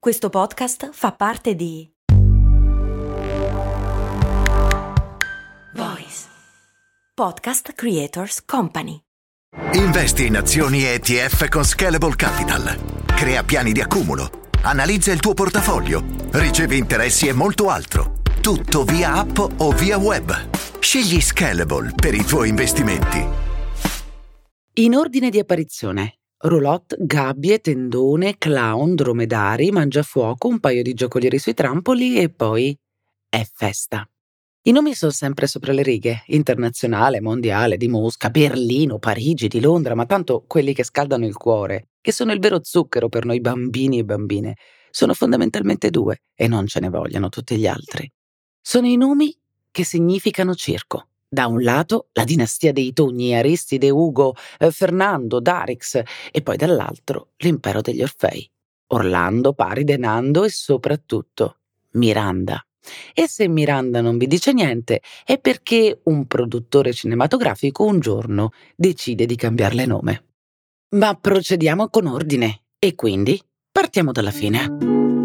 Questo podcast fa parte di Voice Podcast Creators Company. Investi in azioni e ETF con Scalable Capital. Crea piani di accumulo. Analizza il tuo portafoglio. Ricevi interessi e molto altro. Tutto via app o via web. Scegli Scalable per i tuoi investimenti. In ordine di apparizione: roulotte, gabbie, tendone, clown, dromedari, mangiafuoco, un paio di giocolieri sui trampoli e poi è festa. I nomi sono sempre sopra le righe: internazionale, mondiale, di Mosca, Berlino, Parigi, di Londra, ma tanto quelli che scaldano il cuore, che sono il vero zucchero per noi bambini e bambine, sono fondamentalmente due e non ce ne vogliano tutti gli altri. Sono i nomi che significano circo. Da un lato la dinastia dei Togni, Aristide, Ugo, Fernando, Darix, e poi dall'altro l'impero degli Orfei, Orlando, Paride, Nando e soprattutto Miranda. E se Miranda non vi dice niente è perché un produttore cinematografico un giorno decide di cambiarle nome. Ma procediamo con ordine e quindi partiamo dalla fine.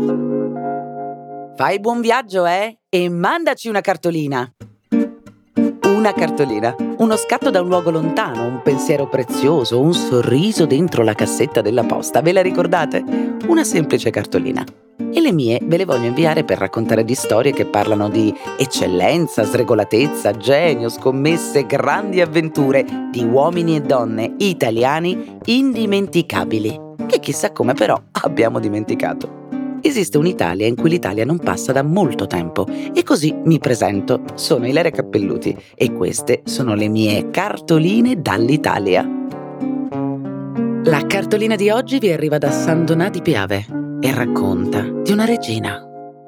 Fai buon viaggio, e mandaci una cartolina. Una cartolina, uno scatto da un luogo lontano, un pensiero prezioso, un sorriso dentro la cassetta della posta. Ve la ricordate? Una semplice cartolina. E le mie ve le voglio inviare per raccontare di storie che parlano di eccellenza, sregolatezza, genio, scommesse, grandi avventure, di uomini e donne italiani indimenticabili, che chissà come però abbiamo dimenticato. Esiste un'Italia in cui l'Italia non passa da molto tempo e così mi presento. Sono Ilaria Cappelluti e queste sono le mie cartoline dall'Italia. La cartolina di oggi vi arriva da San Donà di Piave e racconta di una regina.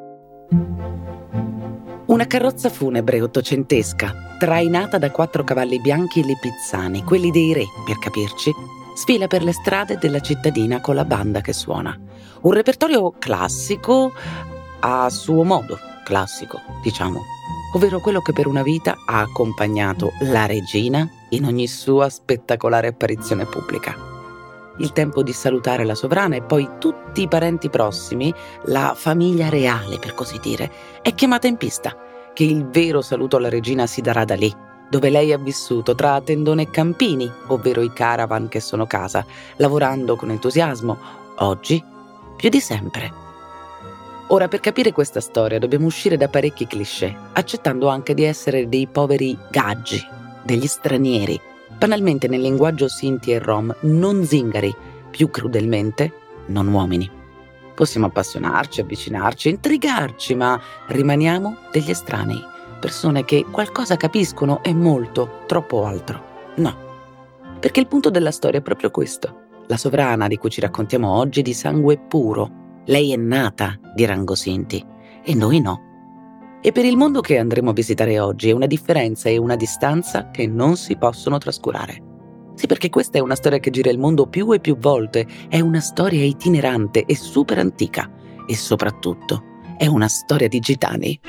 Una carrozza funebre ottocentesca, trainata da 4 cavalli bianchi lipizzani, quelli dei re, per capirci, sfila per le strade della cittadina con la banda che suona. Un repertorio classico, a suo modo classico, diciamo, ovvero quello che per una vita ha accompagnato la regina in ogni sua spettacolare apparizione pubblica. Il tempo di salutare la sovrana e poi tutti i parenti prossimi, la famiglia reale per così dire, è chiamata in pista, che il vero saluto alla regina si darà da lì, dove lei ha vissuto tra tendone e campini, ovvero i caravan che sono casa, lavorando con entusiasmo, oggi più di sempre. Ora, per capire questa storia dobbiamo uscire da parecchi cliché, accettando anche di essere dei poveri gaggi, degli stranieri, banalmente nel linguaggio Sinti e Rom, non zingari, più crudelmente non uomini. Possiamo appassionarci, avvicinarci, intrigarci, ma rimaniamo degli estranei, persone che qualcosa capiscono e molto, troppo altro. No, perché il punto della storia è proprio questo. La sovrana di cui ci raccontiamo oggi è di sangue puro. Lei è nata di rango Sinti e noi no. E per il mondo che andremo a visitare oggi è una differenza e una distanza che non si possono trascurare. Sì, perché questa è una storia che gira il mondo più e più volte, è una storia itinerante e super antica e soprattutto è una storia di gitani.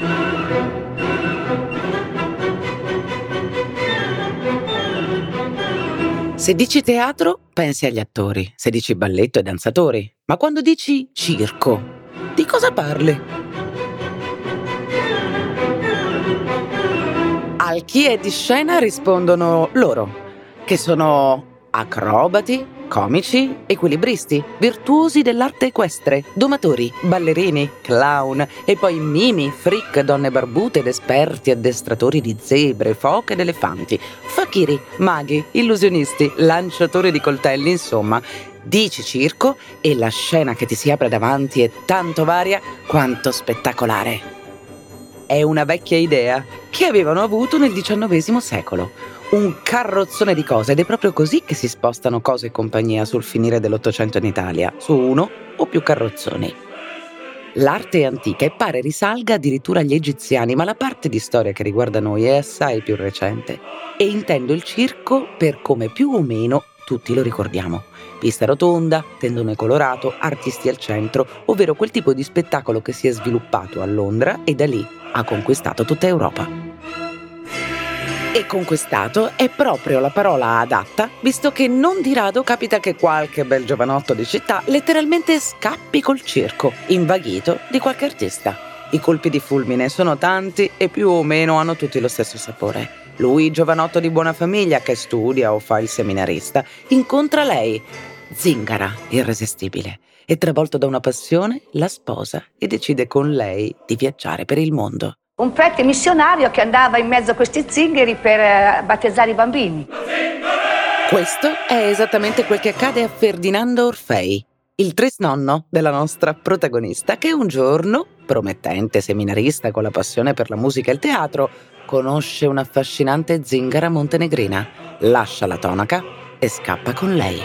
Se dici teatro, pensi agli attori, se dici balletto ai danzatori, ma quando dici circo, di cosa parli? Al chi è di scena rispondono loro, che sono acrobati, comici, equilibristi, virtuosi dell'arte equestre, domatori, ballerini, clown e poi mimi, freak, donne barbute ed esperti addestratori di zebre, foche ed elefanti, fakiri, maghi, illusionisti, lanciatori di coltelli, insomma, dici circo e la scena che ti si apre davanti è tanto varia quanto spettacolare. È una vecchia idea che avevano avuto nel XIX secolo. Un carrozzone di cose ed è proprio così che si spostano cose e compagnia sul finire dell'Ottocento in Italia, su uno o più carrozzoni. L'arte è antica e pare risalga addirittura agli egiziani, ma la parte di storia che riguarda noi è assai più recente. E intendo il circo per come più o meno tutti lo ricordiamo. Pista rotonda, tendone colorato, artisti al centro, ovvero quel tipo di spettacolo che si è sviluppato a Londra e da lì ha conquistato tutta Europa. E conquistato è proprio la parola adatta, visto che non di rado capita che qualche bel giovanotto di città letteralmente scappi col circo, invaghito di qualche artista. I colpi di fulmine sono tanti e più o meno hanno tutti lo stesso sapore. Lui, giovanotto di buona famiglia che studia o fa il seminarista, incontra lei, zingara, irresistibile, e travolto da una passione la sposa e decide con lei di viaggiare per il mondo. Un prete missionario che andava in mezzo a questi zingari per battezzare i bambini. Questo è esattamente quel che accade a Ferdinando Orfei, il trisnonno della nostra protagonista, che un giorno, promettente seminarista con la passione per la musica e il teatro, conosce un'affascinante zingara montenegrina, lascia la tonaca e scappa con lei.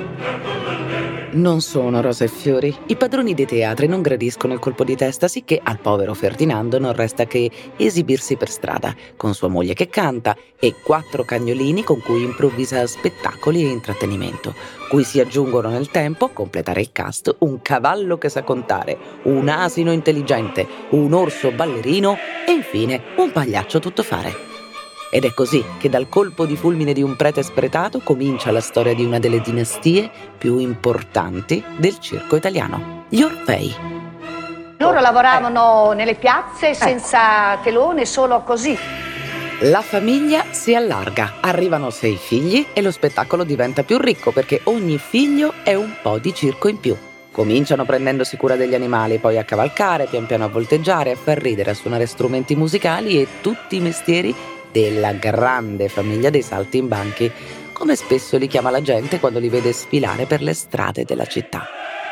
Non sono rose e fiori. I padroni dei teatri non gradiscono il colpo di testa, sicché al povero Ferdinando non resta che esibirsi per strada, con sua moglie che canta e 4 cagnolini con cui improvvisa spettacoli e intrattenimento, cui si aggiungono nel tempo, a completare il cast, un cavallo che sa contare, un asino intelligente, un orso ballerino e infine un pagliaccio tuttofare. Ed è così che dal colpo di fulmine di un prete spretato comincia la storia di una delle dinastie più importanti del circo italiano, gli Orfei. Loro lavoravano nelle piazze senza telone, solo così. La famiglia si allarga, arrivano 6 figli e lo spettacolo diventa più ricco perché ogni figlio è un po' di circo in più. Cominciano prendendosi cura degli animali, poi a cavalcare, pian piano a volteggiare, a far ridere, a suonare strumenti musicali e tutti i mestieri della grande famiglia dei saltimbanchi, come spesso li chiama la gente quando li vede sfilare per le strade della città.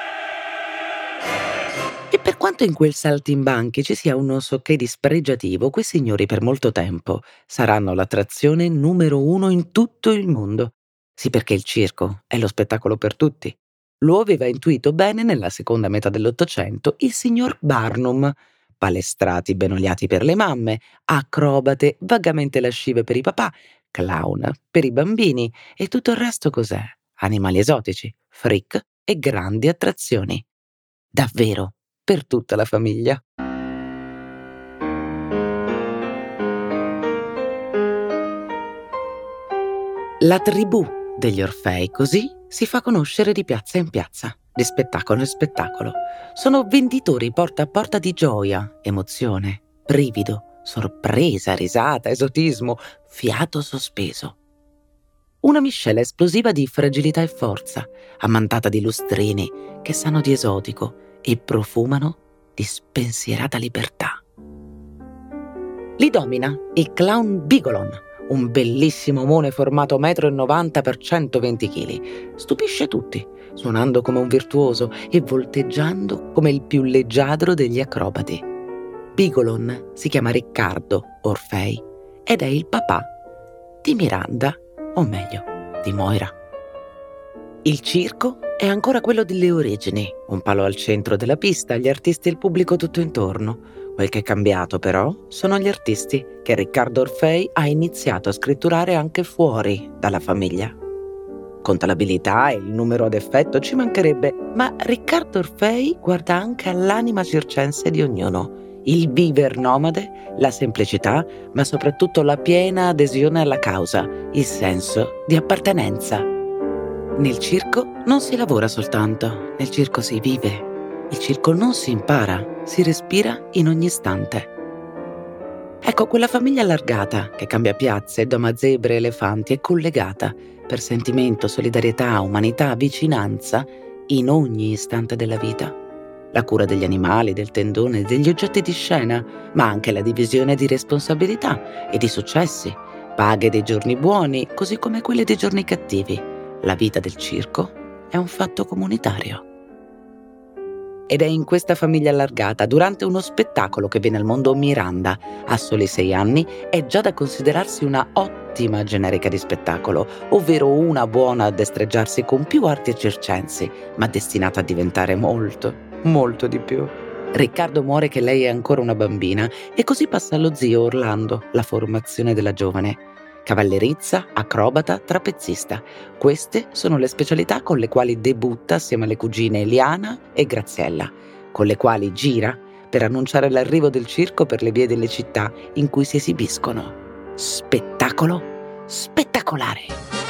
E per quanto in quel saltimbanchi ci sia uno socché dispregiativo, quei signori per molto tempo saranno l'attrazione numero 1 in tutto il mondo. Sì, perché il circo è lo spettacolo per tutti. Lo aveva intuito bene nella seconda metà dell'Ottocento il signor Barnum. Palestrati ben oliati per le mamme, acrobate vagamente lascive per i papà, clown per i bambini e tutto il resto cos'è? Animali esotici, freak e grandi attrazioni. Davvero, per tutta la famiglia. La tribù degli Orfei così si fa conoscere di piazza in piazza, di spettacolo in spettacolo. Sono venditori porta a porta di gioia, emozione, brivido, sorpresa, risata, esotismo, fiato sospeso. Una miscela esplosiva di fragilità e forza, ammantata di lustrini che sanno di esotico e profumano di spensierata libertà. Li domina il clown Bigolon, un bellissimo omone formato 1,90 m per 120 kg. Stupisce tutti, suonando come un virtuoso e volteggiando come il più leggiadro degli acrobati. Bigolon si chiama Riccardo Orfei ed è il papà di Miranda, o meglio, di Moira. Il circo è ancora quello delle origini, un palo al centro della pista, gli artisti e il pubblico tutto intorno. Quel che è cambiato, però, sono gli artisti che Riccardo Orfei ha iniziato a scritturare anche fuori dalla famiglia. Conta l'abilità e il numero ad effetto, ci mancherebbe, ma Riccardo Orfei guarda anche all'anima circense di ognuno, il viver nomade, la semplicità, ma soprattutto la piena adesione alla causa, il senso di appartenenza. Nel circo non si lavora soltanto, nel circo si vive. Il circo non si impara, si respira in ogni istante. Ecco, quella famiglia allargata che cambia piazze, doma zebre e elefanti è collegata per sentimento, solidarietà, umanità, vicinanza in ogni istante della vita. La cura degli animali, del tendone, degli oggetti di scena, ma anche la divisione di responsabilità e di successi, paghe dei giorni buoni, così come quelle dei giorni cattivi. La vita del circo è un fatto comunitario. Ed è in questa famiglia allargata, durante uno spettacolo che viene al mondo Miranda, a soli 6 anni, è già da considerarsi una ottima generica di spettacolo, ovvero una buona a destreggiarsi con più arti circensi, ma destinata a diventare molto, molto di più. Riccardo muore che lei è ancora una bambina e così passa allo zio Orlando la formazione della giovane. Cavallerizza, acrobata, trapezzista. Queste sono le specialità con le quali debutta assieme alle cugine Eliana e Graziella, con le quali gira per annunciare l'arrivo del circo per le vie delle città in cui si esibiscono. spettacolo spettacolare.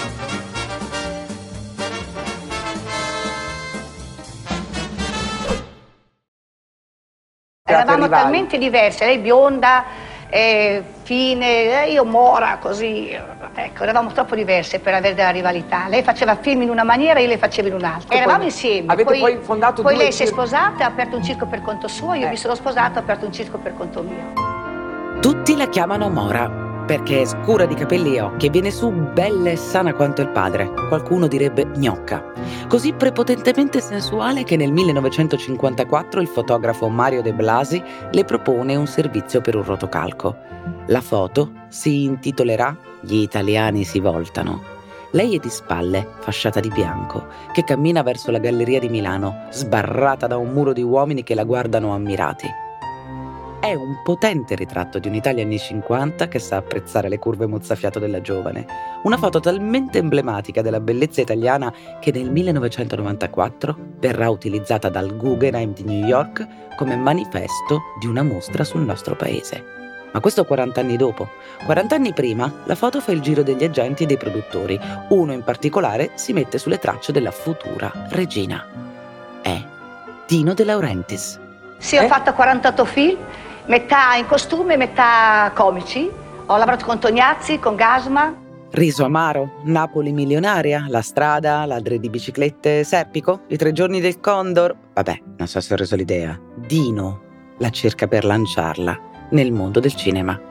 Eravamo talmente diverse, lei bionda, fine, io mora, così, ecco, eravamo troppo diverse per avere della rivalità. Lei faceva film in una maniera, io le facevo in un'altra. Eravamo insieme. Avete poi fondato poi due lei si è sposata, ha aperto un circo per conto suo, io mi sono sposata, ho aperto un circo per conto mio. Tutti la chiamano Mora perché è scura di capelli e occhi e viene su bella e sana quanto il padre. Qualcuno direbbe gnocca. Così prepotentemente sensuale che nel 1954 il fotografo Mario De Blasi le propone un servizio per un rotocalco. La foto si intitolerà Gli italiani si voltano. Lei è di spalle, fasciata di bianco, che cammina verso la Galleria di Milano, sbarrata da un muro di uomini che la guardano ammirati. È un potente ritratto di un'Italia anni 50 che sa apprezzare le curve mozzafiato della giovane. Una foto talmente emblematica della bellezza italiana che nel 1994 verrà utilizzata dal Guggenheim di New York come manifesto di una mostra sul nostro paese. Ma questo 40 anni dopo. 40 anni prima la foto fa il giro degli agenti e dei produttori. Uno in particolare si mette sulle tracce della futura regina. È Dino De Laurentiis. Sì, ho fatto 48 film, metà in costume, metà comici. Ho lavorato con Tognazzi, con Gasman. Riso amaro, Napoli milionaria, La strada, ladri di biciclette, Serpico, I 3 giorni del Condor. Vabbè, non so se ho reso l'idea. Dino la cerca per lanciarla nel mondo del cinema.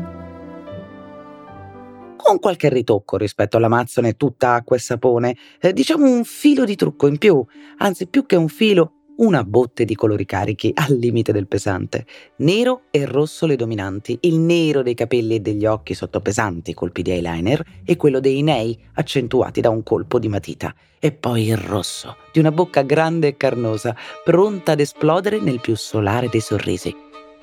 Con qualche ritocco rispetto all'Amazzone tutta acqua e sapone, diciamo un filo di trucco in più, anzi più che un filo, una botte di colori carichi al limite del pesante. Nero e rosso le dominanti, il nero dei capelli e degli occhi sotto pesanti colpi di eyeliner e quello dei nei accentuati da un colpo di matita. E poi il rosso di una bocca grande e carnosa, pronta ad esplodere nel più solare dei sorrisi.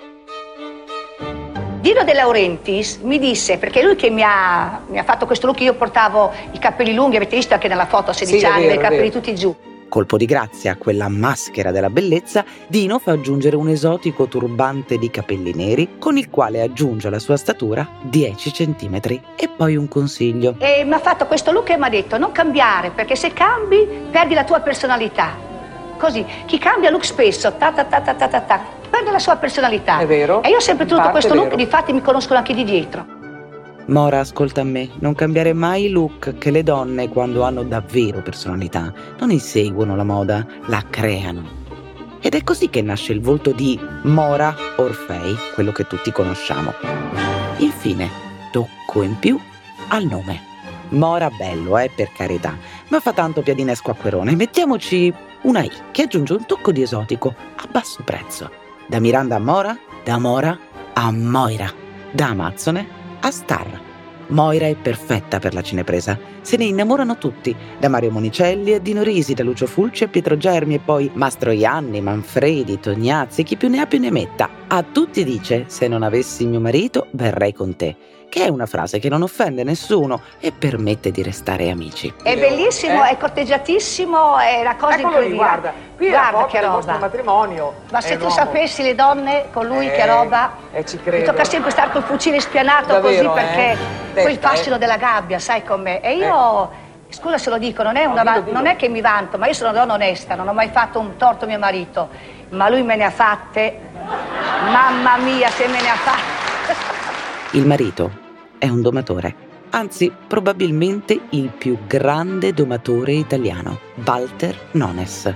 Dino De Laurentiis mi disse, perché lui che mi ha fatto questo look, io portavo i capelli lunghi, avete visto anche nella foto a 16 anni, i capelli tutti giù. Colpo di grazia, quella maschera della bellezza, Dino fa aggiungere un esotico turbante di capelli neri con il quale aggiunge alla sua statura 10 centimetri. E poi un consiglio. E mi ha fatto questo look e mi ha detto non cambiare, perché se cambi perdi la tua personalità. Così, chi cambia look spesso, perde la sua personalità. È vero. E io ho sempre tenuto questo look, difatti mi conoscono anche di dietro. Mora, ascolta me, non cambiare mai i look, che le donne, quando hanno davvero personalità, non inseguono la moda, la creano. Ed è così che nasce il volto di Mora Orfei, quello che tutti conosciamo. Infine, tocco in più al nome. Mora bello, per carità, ma fa tanto piadinesco acquerone. Mettiamoci una I, che aggiunge un tocco di esotico a basso prezzo. Da Miranda a Mora, da Mora a Moira, da Amazzone a star. Moira è perfetta per la cinepresa. Se ne innamorano tutti, da Mario Monicelli a Dino Risi, da Lucio Fulci a Pietro Germi e poi Mastroianni, Manfredi, Tognazzi, chi più ne ha più ne metta. A tutti dice: se non avessi mio marito verrei con te, che è una frase che non offende nessuno e permette di restare amici. È bellissimo, è corteggiatissimo, è la cosa incredibile. Guarda, qui è la foto del vostro matrimonio. Ma se tu sapessi le donne con lui che roba, ci credo. Mi tocca sempre stare col fucile spianato. Davvero, così perché quel fascino della gabbia, sai com'è. E io, scusa se lo dico, non è che mi vanto, ma io sono una donna onesta, non ho mai fatto un torto a mio marito, ma lui me ne ha fatte, mamma mia se me ne ha fatte. Il marito è un domatore, anzi probabilmente il più grande domatore italiano, Walter Nones.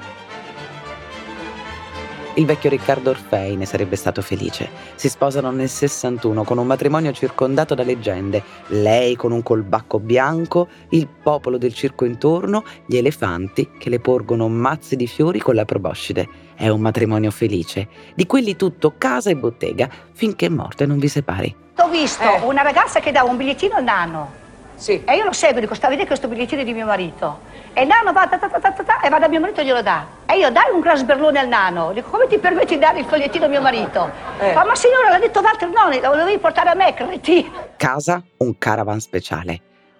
Il vecchio Riccardo Orfei ne sarebbe stato felice. Si sposano nel 61 con un matrimonio circondato da leggende. Lei con un colbacco bianco, il popolo del circo intorno, gli elefanti che le porgono mazzi di fiori con la proboscide. È un matrimonio felice, di quelli tutto casa e bottega, finché morte non vi separi. Ho visto una ragazza che dava un bigliettino al nano. Sì. E io lo seguo, dico, sta a vedere questo bigliettino di mio marito. E il nano va e va da mio marito e glielo dà. E io dai un gran sberlone al nano. Dico, come ti permetti di dare il fogliettino a mio marito? Fa, ma signora, l'ha detto Walter Nones, lo dovevi portare a me, cretino. Casa, un caravan speciale.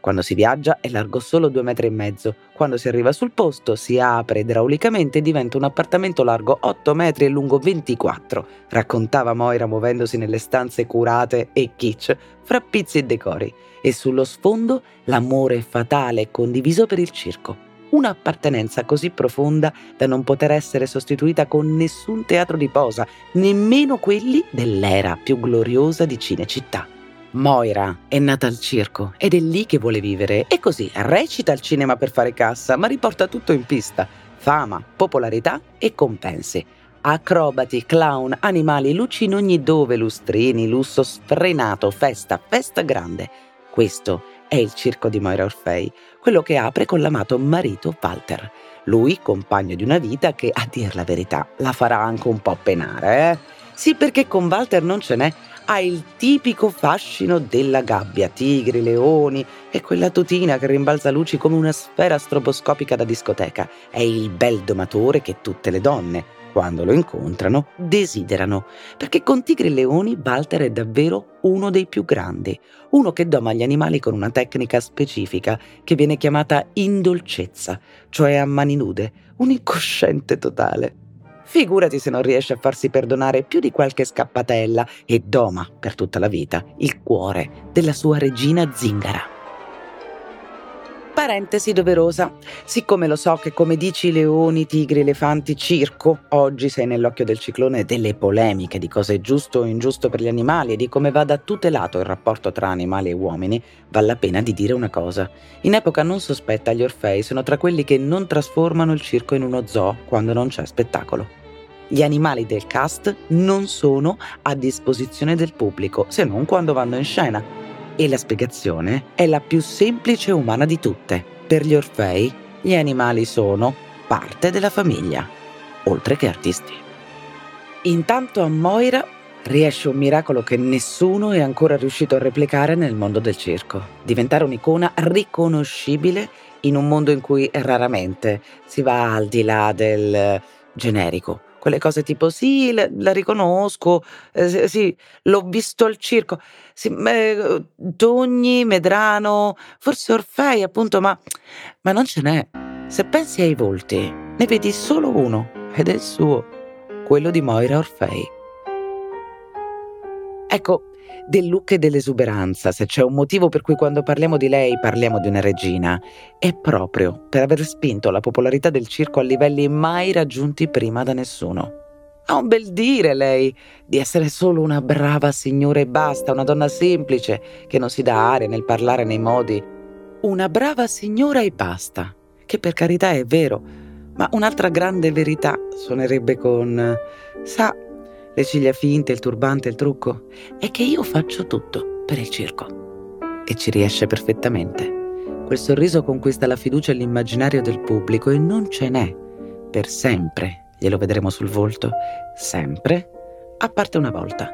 Quando si viaggia è largo solo 2,5 metri. Quando si arriva sul posto si apre idraulicamente e diventa un appartamento largo 8 metri e lungo 24, raccontava Moira muovendosi nelle stanze curate e kitsch fra pizzi e decori. E sullo sfondo l'amore fatale e condiviso per il circo. Un'appartenenza così profonda da non poter essere sostituita con nessun teatro di posa, nemmeno quelli dell'era più gloriosa di Cinecittà. Moira è nata al circo ed è lì che vuole vivere e così recita al cinema per fare cassa, ma riporta tutto in pista: fama, popolarità e compensi. Acrobati, clown, animali, luci in ogni dove, lustrini, lusso sfrenato, festa grande. Questo è il circo di Moira Orfei, quello che apre con l'amato marito Walter. Lui, compagno di una vita che, a dir la verità, la farà anche un po' penare, Sì, perché con Walter non ce n'è. Ha il tipico fascino della gabbia, tigri, leoni e quella tutina che rimbalza luci come una sfera stroboscopica da discoteca. È il bel domatore che tutte le donne, quando lo incontrano, desiderano, perché con tigri e leoni Walter è davvero uno dei più grandi, uno che doma gli animali con una tecnica specifica che viene chiamata indolcezza, cioè a mani nude, un incosciente totale. Figurati se non riesce a farsi perdonare più di qualche scappatella e doma per tutta la vita il cuore della sua regina zingara. Parentesi doverosa. Siccome lo so che, come dici, leoni, tigri, elefanti, circo, oggi sei nell'occhio del ciclone delle polemiche di cosa è giusto o ingiusto per gli animali e di come vada tutelato il rapporto tra animali e uomini, vale la pena di dire una cosa. In epoca non sospetta, gli Orfei sono tra quelli che non trasformano il circo in uno zoo quando non c'è spettacolo. Gli animali del cast non sono a disposizione del pubblico, se non quando vanno in scena. E la spiegazione è la più semplice e umana di tutte. Per gli Orfei, gli animali sono parte della famiglia, oltre che artisti. Intanto a Moira riesce un miracolo che nessuno è ancora riuscito a replicare nel mondo del circo: diventare un'icona riconoscibile in un mondo in cui raramente si va al di là del generico. Quelle cose tipo sì, la riconosco, sì, l'ho visto al circo, sì, Togni, Medrano, forse Orfei appunto, ma non ce n'è. Se pensi ai volti, ne vedi solo uno, ed è il suo, quello di Moira Orfei. Ecco, del look e dell'esuberanza, se c'è un motivo per cui quando parliamo di lei parliamo di una regina, è proprio per aver spinto la popolarità del circo a livelli mai raggiunti prima da nessuno. Ha un bel dire lei, di essere solo una brava signora e basta, una donna semplice, che non si dà aria nel parlare nei modi. Una brava signora e basta, che per carità è vero, ma un'altra grande verità suonerebbe con, sa, le ciglia finte, il turbante, il trucco, è che io faccio tutto per il circo. E ci riesce perfettamente. Quel sorriso conquista la fiducia e l'immaginario del pubblico e non ce n'è. Per sempre, glielo vedremo sul volto, sempre, a parte una volta.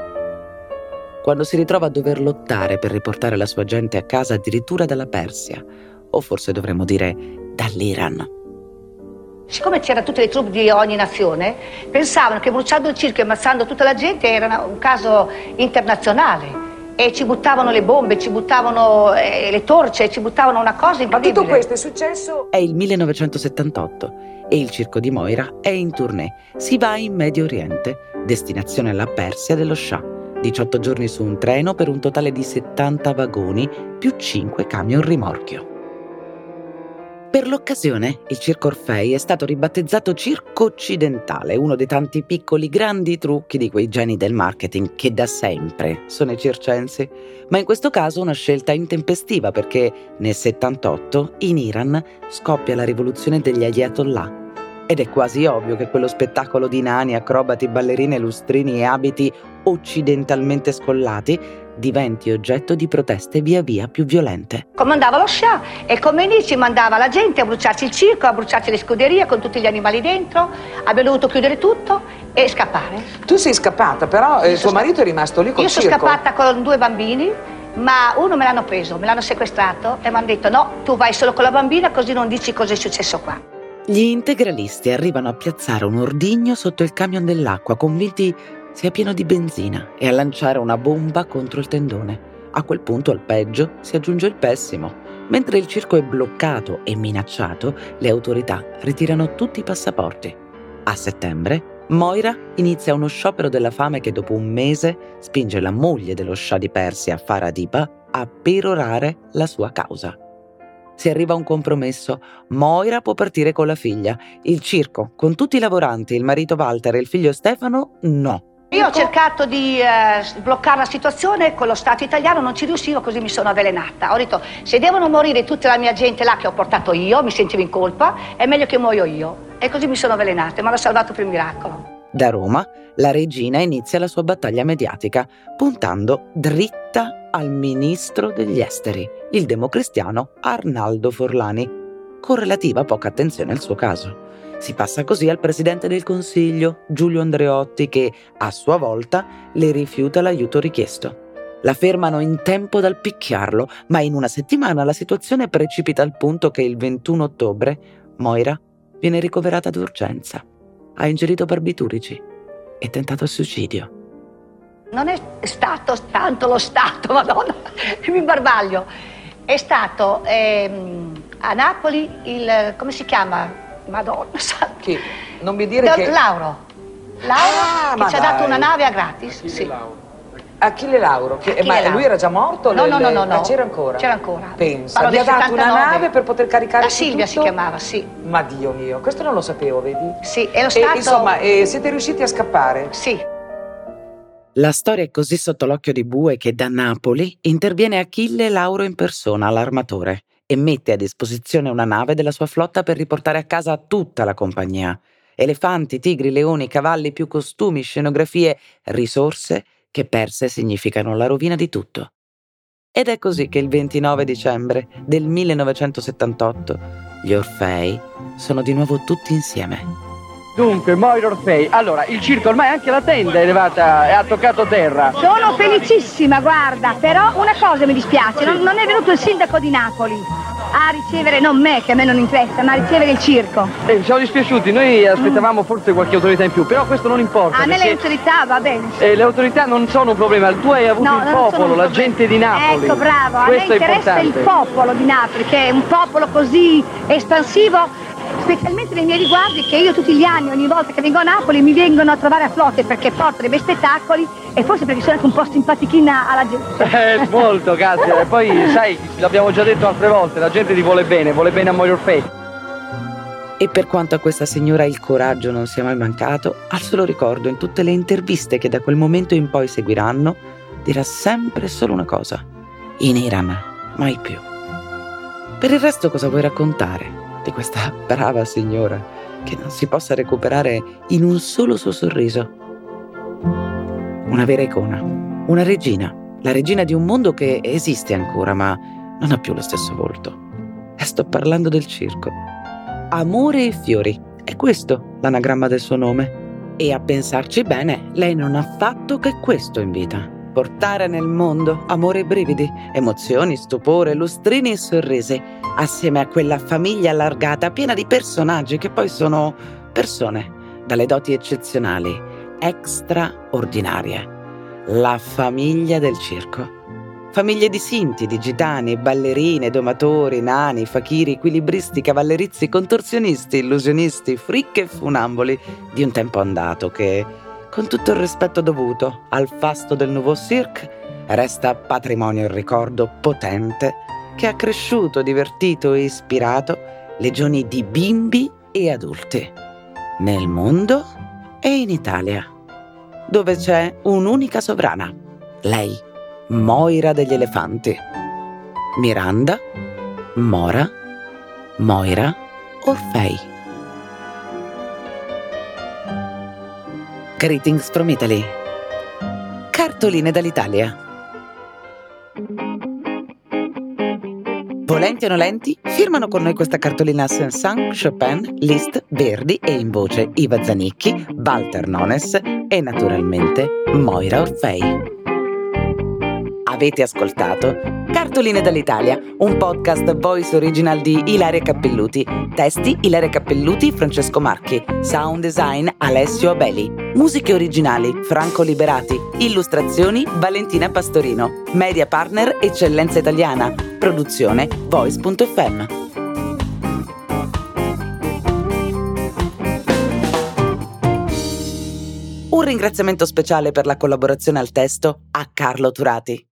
Quando si ritrova a dover lottare per riportare la sua gente a casa addirittura dalla Persia, o forse dovremmo dire dall'Iran. Siccome c'erano tutte le troupe di ogni nazione, pensavano che bruciando il circo e ammazzando tutta la gente era un caso internazionale. E ci buttavano le bombe, ci buttavano le torce, ci buttavano una cosa incredibile. Ma tutto questo è successo? È il 1978 e il circo di Moira è in tournée. Si va in Medio Oriente, destinazione la Persia dello Shah. 18 giorni su un treno per un totale di 70 vagoni più 5 camion rimorchio. Per l'occasione, il Circo Orfei è stato ribattezzato Circo Occidentale, uno dei tanti piccoli grandi trucchi di quei geni del marketing che da sempre sono i circensi. Ma in questo caso una scelta intempestiva perché nel 78 in Iran scoppia la rivoluzione degli Ayatollah. Ed è quasi ovvio che quello spettacolo di nani, acrobati, ballerine, lustrini e abiti occidentalmente scollati diventi oggetto di proteste via via più violente. Comandava lo Shah e come inizi mandava la gente a bruciarci il circo, a bruciarci le scuderie con tutti gli animali dentro. Abbiamo dovuto chiudere tutto e scappare. Tu sei scappata, però tuo marito è rimasto lì col circo. Io sono scappata con 2 bambini, ma uno me l'hanno preso, me l'hanno sequestrato e mi hanno detto no, tu vai solo con la bambina così non dici cosa è successo qua. Gli integralisti arrivano a piazzare un ordigno sotto il camion dell'acqua, convinti sia pieno di benzina, e a lanciare una bomba contro il tendone. A quel punto al peggio si aggiunge il pessimo. Mentre il circo è bloccato e minacciato, le autorità ritirano tutti i passaporti. A settembre, Moira inizia uno sciopero della fame che dopo un mese spinge la moglie dello scià di Persia, Farah Diba, a perorare la sua causa. Si arriva a un compromesso. Moira può partire con la figlia. Il circo, con tutti i lavoranti, il marito Walter e il figlio Stefano, no. Io ho cercato di sbloccare la situazione con lo Stato italiano, non ci riuscivo, così mi sono avvelenata. Ho detto, se devono morire tutta la mia gente là che ho portato io, mi sentivo in colpa, è meglio che muoio io. E così mi sono avvelenata e mi hanno salvato per miracolo. Da Roma, la regina inizia la sua battaglia mediatica, puntando dritta al ministro degli esteri, il democristiano Arnaldo Forlani, con relativa poca attenzione al suo caso. Si passa così al presidente del Consiglio, Giulio Andreotti, che a sua volta le rifiuta l'aiuto richiesto. La fermano in tempo dal picchiarlo, ma in una settimana la situazione precipita al punto che il 21 ottobre Moira viene ricoverata d'urgenza. Ha ingerito barbiturici e tentato il suicidio. Non è stato tanto lo Stato, madonna, mi imbarbaglio. È stato a Napoli come si chiama? Madonna santa. Chi? Non mi dire che... Lauro, che ci ha dato una nave a gratis. Sì. Achille Lauro, Achille ma Lauro. lui era già morto? No. C'era ancora? C'era ancora. Pensa, Parlo gli ha del dato una 79. nave per poter caricare La su Silvia tutto? si chiamava, sì. Ma Dio mio, questo non lo sapevo, vedi? Sì, e lo Stato... Insomma, siete riusciti a scappare? Sì. La storia è così sotto l'occhio di bue che da Napoli interviene Achille Lauro in persona, l'armatore, e mette a disposizione una nave della sua flotta per riportare a casa tutta la compagnia. Elefanti, tigri, leoni, cavalli, più costumi, scenografie, risorse che perse significano la rovina di tutto. Ed è così che il 29 dicembre del 1978 gli Orfei sono di nuovo tutti insieme. Dunque, Moira Orfei, allora, il circo ormai anche la tenda è elevata e ha toccato terra. Sono felicissima, guarda, però una cosa mi dispiace, non è venuto il sindaco di Napoli a ricevere, non me, che a me non interessa, ma a ricevere il circo. Siamo dispiaciuti, noi aspettavamo forse qualche autorità in più, però questo non importa. A me le autorità va bene. Le autorità non sono un problema, tu hai avuto il popolo, la gente di Napoli. Ecco, bravo, questo a me interessa il popolo di Napoli, che è un popolo così espansivo, specialmente nei miei riguardi, che io tutti gli anni, ogni volta che vengo a Napoli, mi vengono a trovare a flotte perché porto dei bei spettacoli e forse perché sono anche un po' simpatichina alla gente. Molto, grazie. E poi, sai, l'abbiamo già detto altre volte, la gente ti vuole bene a Moira Orfei. E per quanto a questa signora il coraggio non sia mai mancato, al solo ricordo in tutte le interviste che da quel momento in poi seguiranno, dirà sempre solo una cosa: in Iran, mai più. Per il resto cosa vuoi raccontare di questa brava signora che non si possa recuperare in un solo suo sorriso? Una vera icona, una regina, la regina di un mondo che esiste ancora ma non ha più lo stesso volto. E sto parlando del circo. Amore e fiori, è questo l'anagramma del suo nome. E a pensarci bene, lei non ha fatto che questo in vita: portare nel mondo amore e brividi, emozioni, stupore, lustrini e sorrisi, assieme a quella famiglia allargata piena di personaggi che poi sono persone dalle doti eccezionali, straordinarie. La famiglia del circo. Famiglie di sinti, di gitani, ballerine, domatori, nani, fakiri, equilibristi, cavallerizzi, contorsionisti, illusionisti, fricche e funamboli di un tempo andato che, con tutto il rispetto dovuto al fasto del Nouveau Cirque, resta patrimonio e ricordo potente che ha cresciuto, divertito e ispirato legioni di bimbi e adulti nel mondo e in Italia, dove c'è un'unica sovrana, lei, Moira degli Elefanti. Miranda, Mora, Moira Orfei. Greetings from Italy. Cartoline dall'Italia. Volenti o nolenti, firmano con noi questa cartolina Saint-Saëns, Chopin, Liszt, Verdi e in voce Iva Zanicchi, Walter Nones e naturalmente Moira Orfei. Avete ascoltato Cartoline dall'Italia, un podcast voice original di Ilaria Cappelluti. Testi Ilaria Cappelluti, Francesco Marchi. Sound design Alessio Abeli. Musiche originali Franco Liberati. Illustrazioni Valentina Pastorino. Media partner Eccellenza Italiana. Produzione Voice.fm. Un ringraziamento speciale per la collaborazione al testo a Carlo Turati.